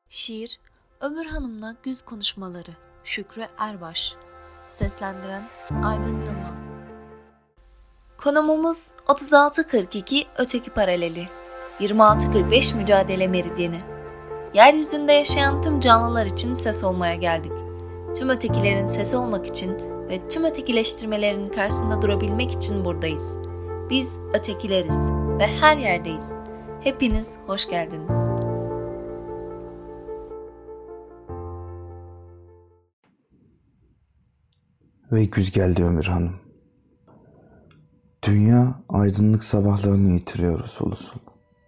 Şiir, Ömür Hanım'la Güz Konuşmaları, Şükrü Erbaş. Seslendiren Aydın Yılmaz. Konumumuz 3642 öteki paraleli, 2645 mücadele meridyeni. Yeryüzünde yaşayan tüm canlılar için ses olmaya geldik. Tüm ötekilerin sesi olmak için ve tüm ötekileştirmelerin karşısında durabilmek için buradayız. Biz ötekileriz ve her yerdeyiz. Hepiniz hoş geldiniz. Ve güz geldi Ömür Hanım. Dünya aydınlık sabahlarını yitiriyor usul usul.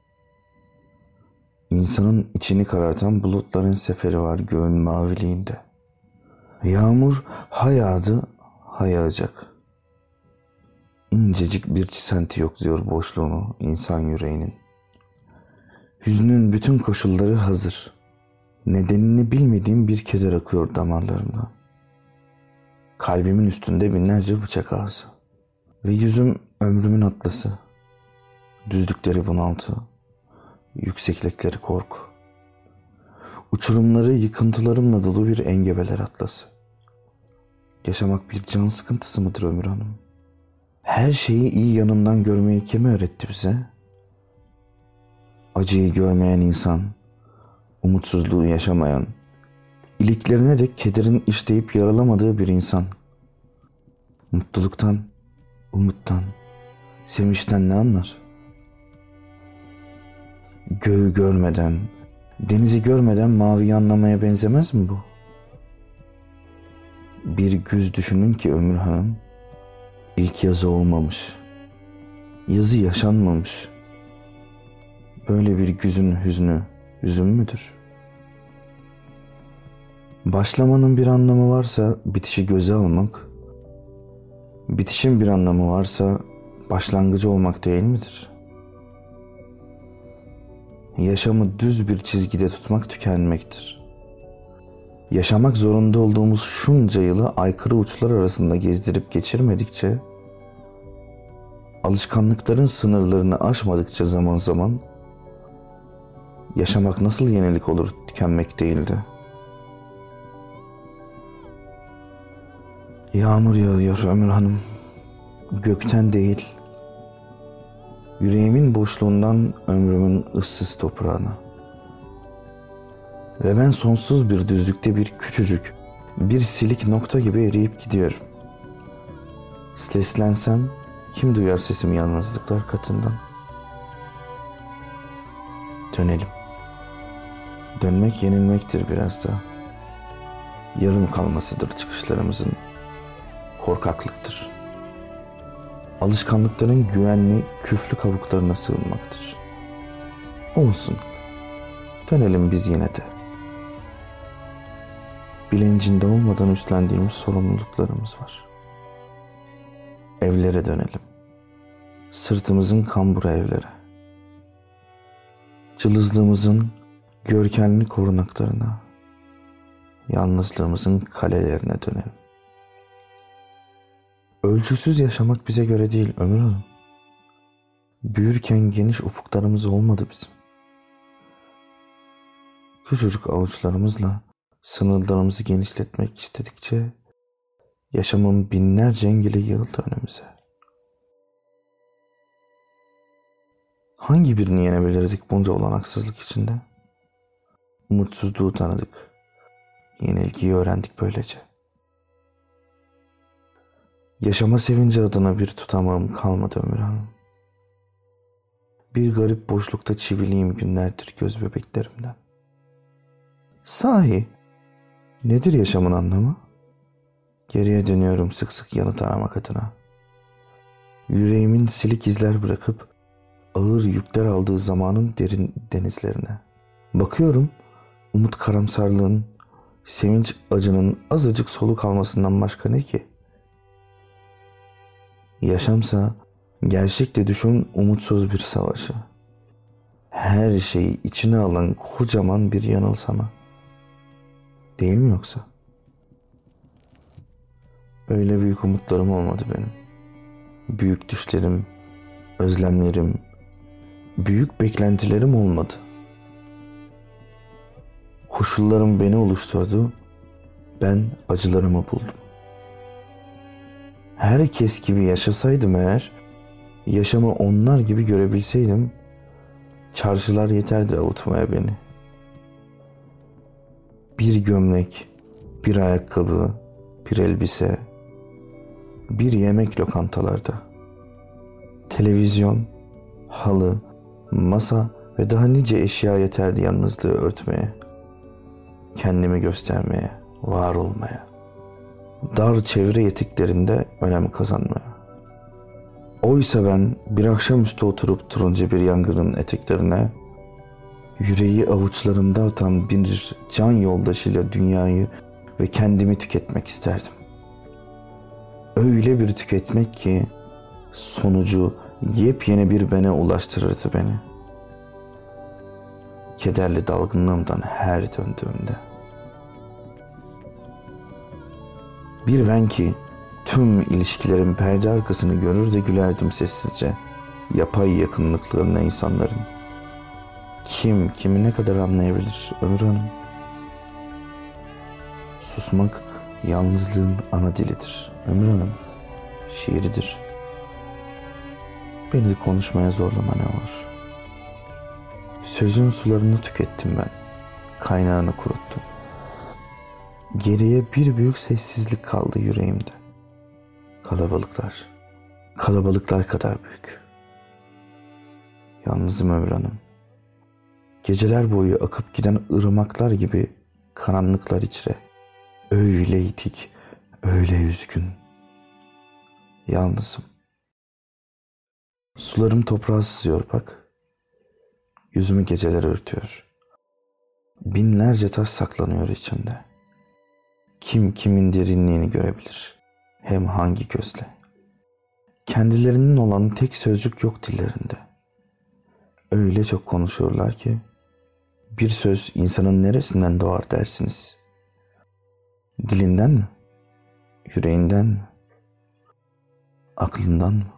İnsanın içini karartan bulutların seferi var göğün maviliğinde. Yağmur ha yağdı ha yağacak. İncecik bir çisenti yokluyor boşluğunu insan yüreğinin. Hüznün bütün koşulları hazır. Nedenini bilmediğim bir keder akıyor damarlarımdan. Kalbimin üstünde binlerce bıçak ağzı. Ve yüzüm ömrümün atlası. Düzlükleri bunaltı. Yükseklikleri korku. Uçurumları yıkıntılarımla dolu bir engebeler atlası. Yaşamak bir can sıkıntısı mıdır Ömür Hanım? Her şeyi iyi yanından görmeyi kim öğretti bize? Acıyı görmeyen insan, umutsuzluğu yaşamayan, iliklerine de kederin işleyip yaralamadığı bir insan. Mutluluktan, umuttan, sevinçten ne anlar? Göğü görmeden, denizi görmeden maviyi anlamaya benzemez mi bu? Bir güz düşünün ki Ömür Hanım, ilk yazı olmamış, yazı yaşanmamış. Böyle bir güzün hüznü, hüzün müdür? Başlamanın bir anlamı varsa bitişi göze almak, bitişin bir anlamı varsa başlangıcı olmak değil midir? Yaşamı düz bir çizgide tutmak tükenmektir. Yaşamak zorunda olduğumuz şunca yılı aykırı uçlar arasında gezdirip geçirmedikçe, alışkanlıkların sınırlarını aşmadıkça zaman zaman, yaşamak nasıl yenilik olur tükenmek değildi. Yağmur yağıyor Ömür Hanım, gökten değil, yüreğimin boşluğundan ömrümün ıssız toprağına. Ve ben sonsuz bir düzlükte bir küçücük, bir silik nokta gibi eriyip gidiyorum. Seslensem kim duyar sesimi yalnızlıklar katından? Dönelim. Dönmek yenilmektir biraz da. Yarım kalmasıdır çıkışlarımızın. Korkaklıktır. Alışkanlıkların güvenli, küflü kabuklarına sığınmaktır. Olsun. Dönelim biz yine de. Bilincinde olmadan üstlendiğimiz sorumluluklarımız var. Evlere dönelim. Sırtımızın kamburu evlere. Cılızlığımızın görkemli korunaklarına, yalnızlığımızın kalelerine dönelim. Ölçüsüz yaşamak bize göre değil Ömür Hanım. Büyürken geniş ufuklarımız olmadı bizim. Küçücük avuçlarımızla sınırlarımızı genişletmek istedikçe yaşamın binlerce engeli yığıldı önümüze. Hangi birini yenebilirdik bunca olanaksızlık içinde? Umutsuzluğu tanıdık. Yenilgiyi öğrendik böylece. Yaşama sevinci adına bir tutamağım kalmadı Ömür Hanım. Bir garip boşlukta çiviliyim günlerdir göz bebeklerimden. Sahi, nedir yaşamın anlamı? Geriye dönüyorum sık sık yanıt aramak adına. Yüreğimin silik izler bırakıp ağır yükler aldığı zamanın derin denizlerine. Bakıyorum umut karamsarlığın, sevinç acının azıcık soluk almasından başka ne ki? Yaşamsa gerçekle düşün umutsuz bir savaşı. Her şeyi içine alan kocaman bir yanılsama. Değil mi yoksa? Öyle büyük umutlarım olmadı benim. Büyük düşlerim, özlemlerim, büyük beklentilerim olmadı. Koşullarım beni oluşturdu, ben acılarımı buldum. Herkes gibi yaşasaydım eğer, yaşamı onlar gibi görebilseydim, çarşılar yeterdi avutmaya beni. Bir gömlek, bir ayakkabı, bir elbise, bir yemek lokantalarda. Televizyon, halı, masa ve daha nice eşya yeterdi yalnızlığı örtmeye. Kendimi göstermeye, var olmaya. Dar çevre yetiklerinde önem kazanmaya. Oysa ben bir akşamüstü oturup turuncu bir yangının eteklerine, yüreği avuçlarımda atan bir can yoldaşıyla dünyayı ve kendimi tüketmek isterdim. Öyle bir tüketmek ki sonucu yepyeni bir bene ulaştırırdı beni. Kederli dalgınlığımdan her döndüğümde. Bir ben ki tüm ilişkilerin perde arkasını görür de gülerdim sessizce. Yapay yakınlıklarına insanların. Kim kimi ne kadar anlayabilir Ömür Hanım? Susmak yalnızlığın ana dilidir Ömür Hanım. Şiiridir. Beni de konuşmaya zorlama ne olur. Sözün sularını tükettim ben. Kaynağını kuruttum. Geriye bir büyük sessizlik kaldı yüreğimde. Kalabalıklar. Kalabalıklar kadar büyük. Yalnızım Ömür Hanım. Geceler boyu akıp giden ırmaklar gibi karanlıklar içre. Öyleydik, öyle üzgün. Yalnızım. Sularım toprağa sızıyor bak. Yüzümü geceler örtüyor. Binlerce taş saklanıyor içimde. Kim kimin derinliğini görebilir? Hem hangi gözle? Kendilerinin olan tek sözcük yok dillerinde. Öyle çok konuşuyorlar ki bir söz insanın neresinden doğar dersiniz? Dilinden mi? Yüreğinden mi? Aklından mı?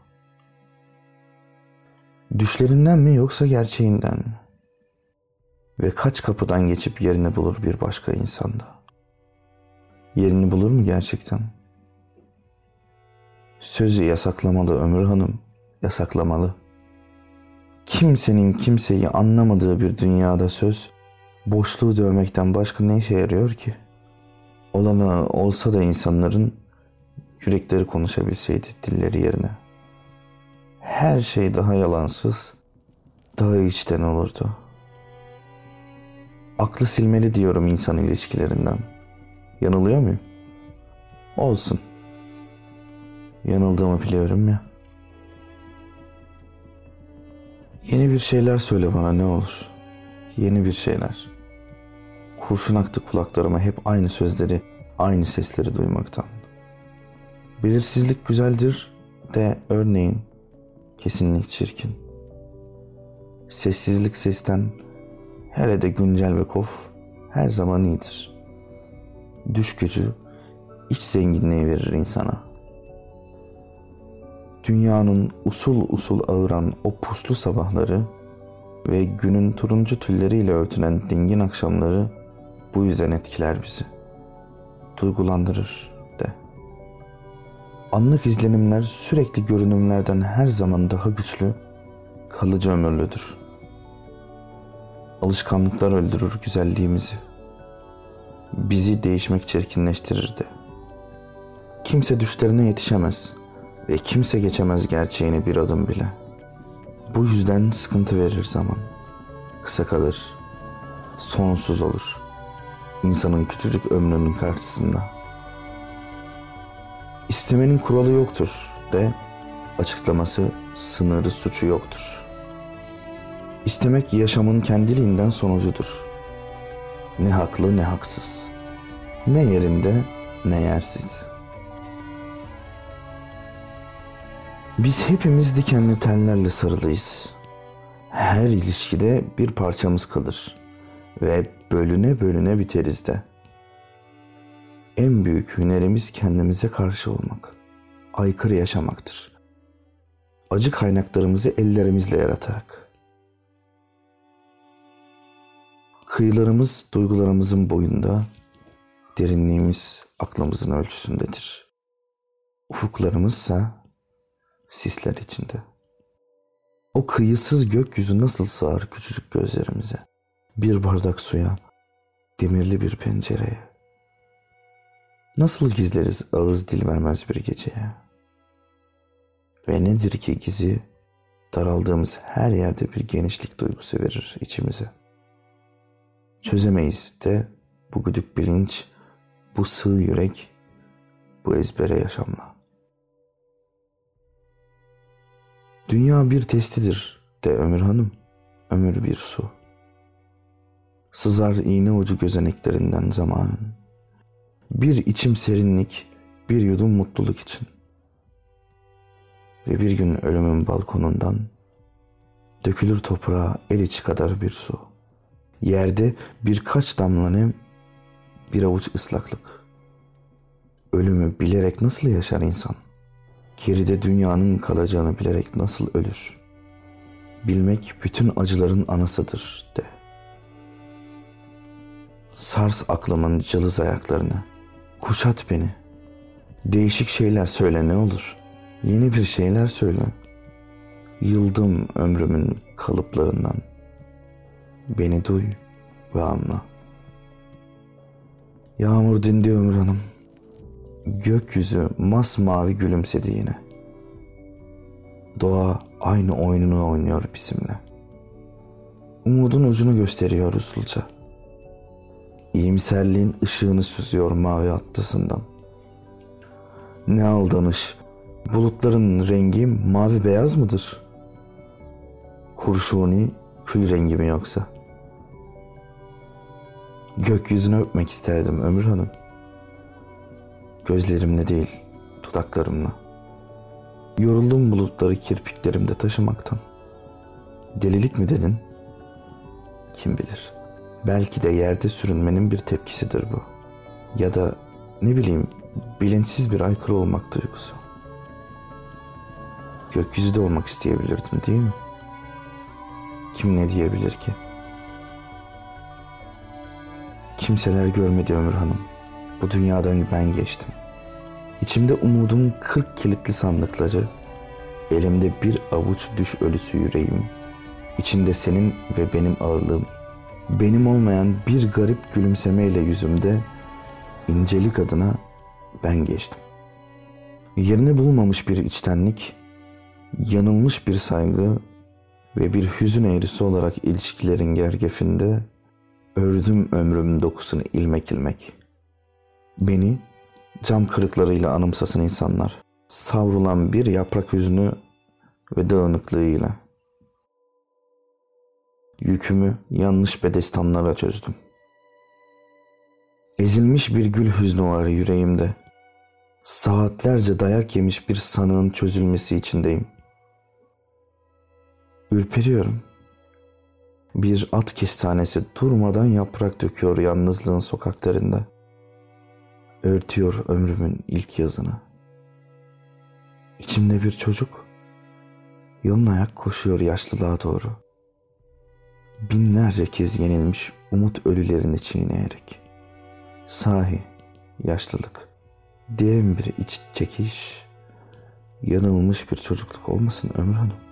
Düşlerinden mi yoksa gerçeğinden mi? Ve kaç kapıdan geçip yerini bulur bir başka insanda? Yerini bulur mu gerçekten? Sözü yasaklamalı Ömür Hanım, yasaklamalı. Kimsenin kimseyi anlamadığı bir dünyada söz, boşluğu dövmekten başka ne işe yarıyor ki? Olanı olsa da insanların yürekleri konuşabilseydi dilleri yerine. Her şey daha yalansız, daha içten olurdu. Aklı silmeli diyorum insan ilişkilerinden. Yanılıyor muyum? Olsun. Yanıldığımı biliyorum ya. Yeni bir şeyler söyle bana ne olur. Yeni bir şeyler. Kurşun aktı kulaklarıma hep aynı sözleri, aynı sesleri duymaktan. Belirsizlik güzeldir de örneğin kesinlik çirkin. Sessizlik sesten, hele de güncel ve kof her zaman iyidir. Düş gücü iç zenginliği verir insana. Dünyanın usul usul ağıran o puslu sabahları ve günün turuncu tülleriyle örtülen dingin akşamları bu yüzden etkiler bizi. Duygulandırır de. Anlık izlenimler sürekli görünümlerden her zaman daha güçlü, kalıcı ömürlüdür. Alışkanlıklar öldürür güzelliğimizi. Bizi değişmek çirkinleştirir de. Kimse düşlerine yetişemez ve kimse geçemez gerçeğini bir adım bile. Bu yüzden sıkıntı verir zaman. Kısa kalır, sonsuz olur. İnsanın küçücük ömrünün karşısında. İstemenin kuralı yoktur de açıklaması, sınırı, suçu yoktur. İstemek yaşamın kendiliğinden sonucudur. Ne haklı ne haksız. Ne yerinde ne yersiz. Biz hepimiz dikenli tellerle sarılıyız. Her ilişkide bir parçamız kalır ve bölüne bölüne biteriz de. En büyük hünerimiz kendimize karşı olmak, aykırı yaşamaktır. Acı kaynaklarımızı ellerimizle yaratarak. Kıyılarımız duygularımızın boyunda, derinliğimiz aklımızın ölçüsündedir. Ufuklarımızsa sisler içinde. O kıyısız gökyüzü nasıl sığar küçücük gözlerimize, bir bardak suya, demirli bir pencereye. Nasıl gizleriz ağız dil vermez bir geceye. Ve nedir ki gizi, daraldığımız her yerde bir genişlik duygusu verir içimize. Çözemeyiz de bu güdük bilinç, bu sığ yürek, bu ezbere yaşamla. Dünya bir testidir de ömür hanım, ömür bir su. Sızar iğne ucu gözeneklerinden zamanın. Bir içim serinlik, bir yudum mutluluk için. Ve bir gün ölümün balkonundan dökülür toprağa el içi kadar bir su. Yerde birkaç damla nem, bir avuç ıslaklık. Ölümü bilerek nasıl yaşar insan? Geride dünyanın kalacağını bilerek nasıl ölür? Bilmek bütün acıların anasıdır de. Sars aklımın cılız ayaklarını, kuşat beni. Değişik şeyler söyle ne olur, yeni bir şeyler söyle. Yıldım ömrümün kalıplarından. Beni duy ve anla. Yağmur dindi ömür hanım. Gökyüzü masmavi gülümsedi yine. Doğa aynı oyununu oynuyor bizimle. Umudun ucunu gösteriyor usulca. İyimserliğin ışığını süzüyor mavi atlasından. Ne aldanış, bulutların rengi mavi beyaz mıdır? Kurşuni kül rengi mi yoksa? Gökyüzünü öpmek isterdim ömür hanım. Gözlerimle değil, dudaklarımla. Yoruldum bulutları kirpiklerimde taşımaktan. Delilik mi dedin? Kim bilir. Belki de yerde sürünmenin bir tepkisidir bu. Ya da ne bileyim, bilinçsiz bir aykırı olmak duygusu. Gökyüzü de olmak isteyebilirdim değil mi? Kim ne diyebilir ki? Kimseler görmedi ömür hanım. Bu dünyadan ben geçtim. İçimde umudun 40 kilitli sandıkları, elimde bir avuç düş ölüsü yüreğim, içinde senin ve benim ağırlığım, benim olmayan bir garip gülümsemeyle yüzümde, incelik adına ben geçtim. Yerini bulmamış bir içtenlik, yanılmış bir saygı ve bir hüzün eğrisi olarak ilişkilerin gergefinde ördüm ömrümün dokusunu ilmek ilmek. Beni cam kırıklarıyla anımsasın insanlar, savrulan bir yaprak hüznü ve dağınıklığıyla. Yükümü yanlış bedestanlara çözdüm. Ezilmiş bir gül hüznü var yüreğimde. Saatlerce dayak yemiş bir sanığın çözülmesi içindeyim. Ürperiyorum. Bir at kestanesi durmadan yaprak döküyor yalnızlığın sokaklarında. Örtüyor ömrümün ilk yazını. İçimde bir çocuk yalın ayak koşuyor yaşlılığa doğru. Binlerce kez yenilmiş umut ölülerini çiğneyerek. Sahi yaşlılık, derin bir iç çekiş, yanılmış bir çocukluk olmasın ömür hanım?